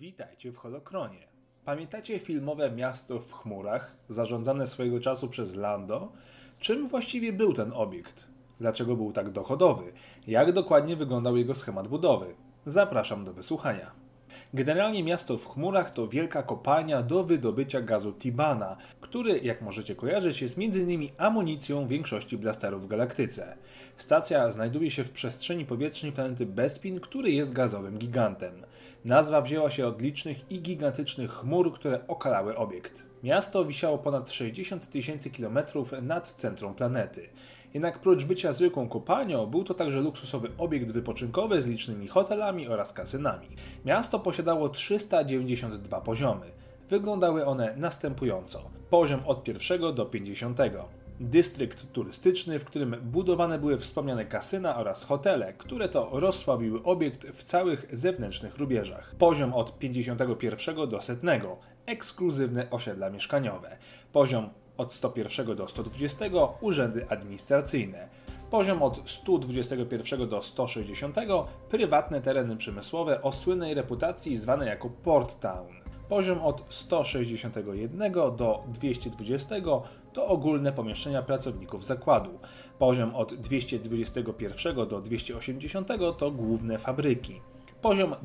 Witajcie w Holokronie. Pamiętacie filmowe Miasto w chmurach, zarządzane swojego czasu przez Lando? Czym właściwie był ten obiekt? Dlaczego był tak dochodowy? Jak dokładnie wyglądał jego schemat budowy? Zapraszam do wysłuchania. Generalnie Miasto w chmurach to wielka kopalnia do wydobycia gazu Tibana, który, jak możecie kojarzyć, jest m.in. amunicją większości blasterów w galaktyce. Stacja znajduje się w przestrzeni powietrznej planety Bespin, który jest gazowym gigantem. Nazwa wzięła się od licznych i gigantycznych chmur, które okalały obiekt. Miasto wisiało ponad 60 000 kilometrów nad centrum planety. Jednak prócz bycia zwykłą kopalnią, był to także luksusowy obiekt wypoczynkowy z licznymi hotelami oraz kasynami. Miasto posiadało 392 poziomy. Wyglądały one następująco. Poziom od 1 do 50. Dystrykt turystyczny, w którym budowane były wspomniane kasyna oraz hotele, które to rozsławiły obiekt w całych zewnętrznych rubieżach. Poziom od 51 do 100. Ekskluzywne osiedla mieszkaniowe. Poziom od 101 do 120 urzędy administracyjne. Poziom od 121 do 160 prywatne tereny przemysłowe o słynnej reputacji zwane jako Port Town. Poziom od 161 do 220 to ogólne pomieszczenia pracowników zakładu. Poziom od 221 do 280 to główne fabryki. Poziom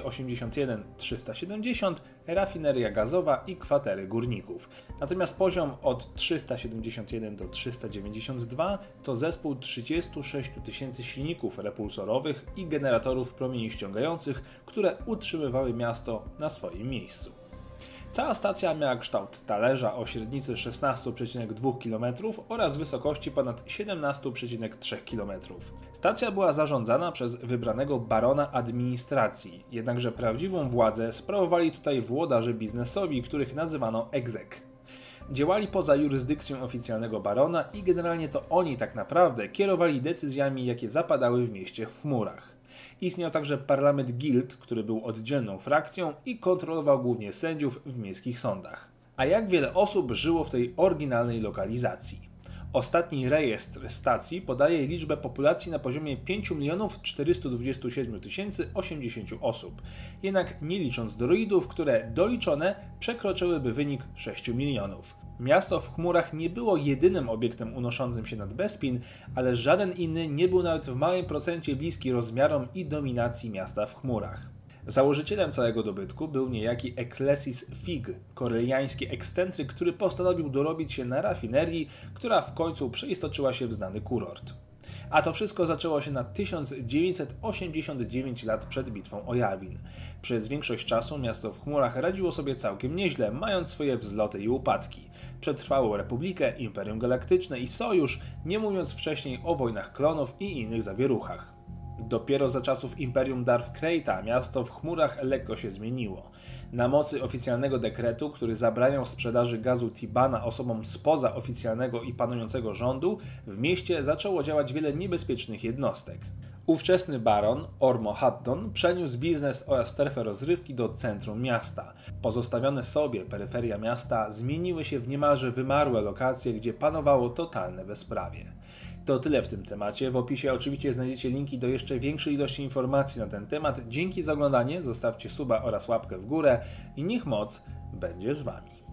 281-370 rafineria gazowa i kwatery górników. Natomiast poziom od 371 do 392 to zespół 36 000 silników repulsorowych i generatorów promieni ściągających, które utrzymywały miasto na swoim miejscu. Cała stacja miała kształt talerza o średnicy 16,2 km oraz wysokości ponad 17,3 km. Stacja była zarządzana przez wybranego barona administracji, jednakże prawdziwą władzę sprawowali tutaj włodarze biznesowi, których nazywano exec. Działali poza jurysdykcją oficjalnego barona i generalnie to oni tak naprawdę kierowali decyzjami, jakie zapadały w mieście w chmurach. Istniał także parlament gild, który był oddzielną frakcją i kontrolował głównie sędziów w miejskich sądach. A jak wiele osób żyło w tej oryginalnej lokalizacji? Ostatni rejestr stacji podaje liczbę populacji na poziomie 5 427 080 osób, jednak nie licząc droidów, które doliczone przekroczyłyby wynik 6 milionów. Miasto w chmurach nie było jedynym obiektem unoszącym się nad Bespin, ale żaden inny nie był nawet w małym procencie bliski rozmiarom i dominacji miasta w chmurach. Założycielem całego dobytku był niejaki Ecclesis Fig, koreliański ekscentryk, który postanowił dorobić się na rafinerii, która w końcu przeistoczyła się w znany kurort. A to wszystko zaczęło się na 1989 lat przed bitwą o Yavin. Przez większość czasu miasto w chmurach radziło sobie całkiem nieźle, mając swoje wzloty i upadki. Przetrwało Republikę, Imperium Galaktyczne i Sojusz, nie mówiąc wcześniej o wojnach klonów i innych zawieruchach. Dopiero za czasów Imperium Darth Krayta miasto w chmurach lekko się zmieniło. Na mocy oficjalnego dekretu, który zabraniał sprzedaży gazu Tibana osobom spoza oficjalnego i panującego rządu, w mieście zaczęło działać wiele niebezpiecznych jednostek. Ówczesny baron, Ormo Haddon, przeniósł biznes oraz strefę rozrywki do centrum miasta. Pozostawione sobie peryferia miasta zmieniły się w niemalże wymarłe lokacje, gdzie panowało totalne bezprawie. To tyle w tym temacie. W opisie oczywiście znajdziecie linki do jeszcze większej ilości informacji na ten temat. Dzięki za oglądanie, zostawcie suba oraz łapkę w górę i niech moc będzie z Wami.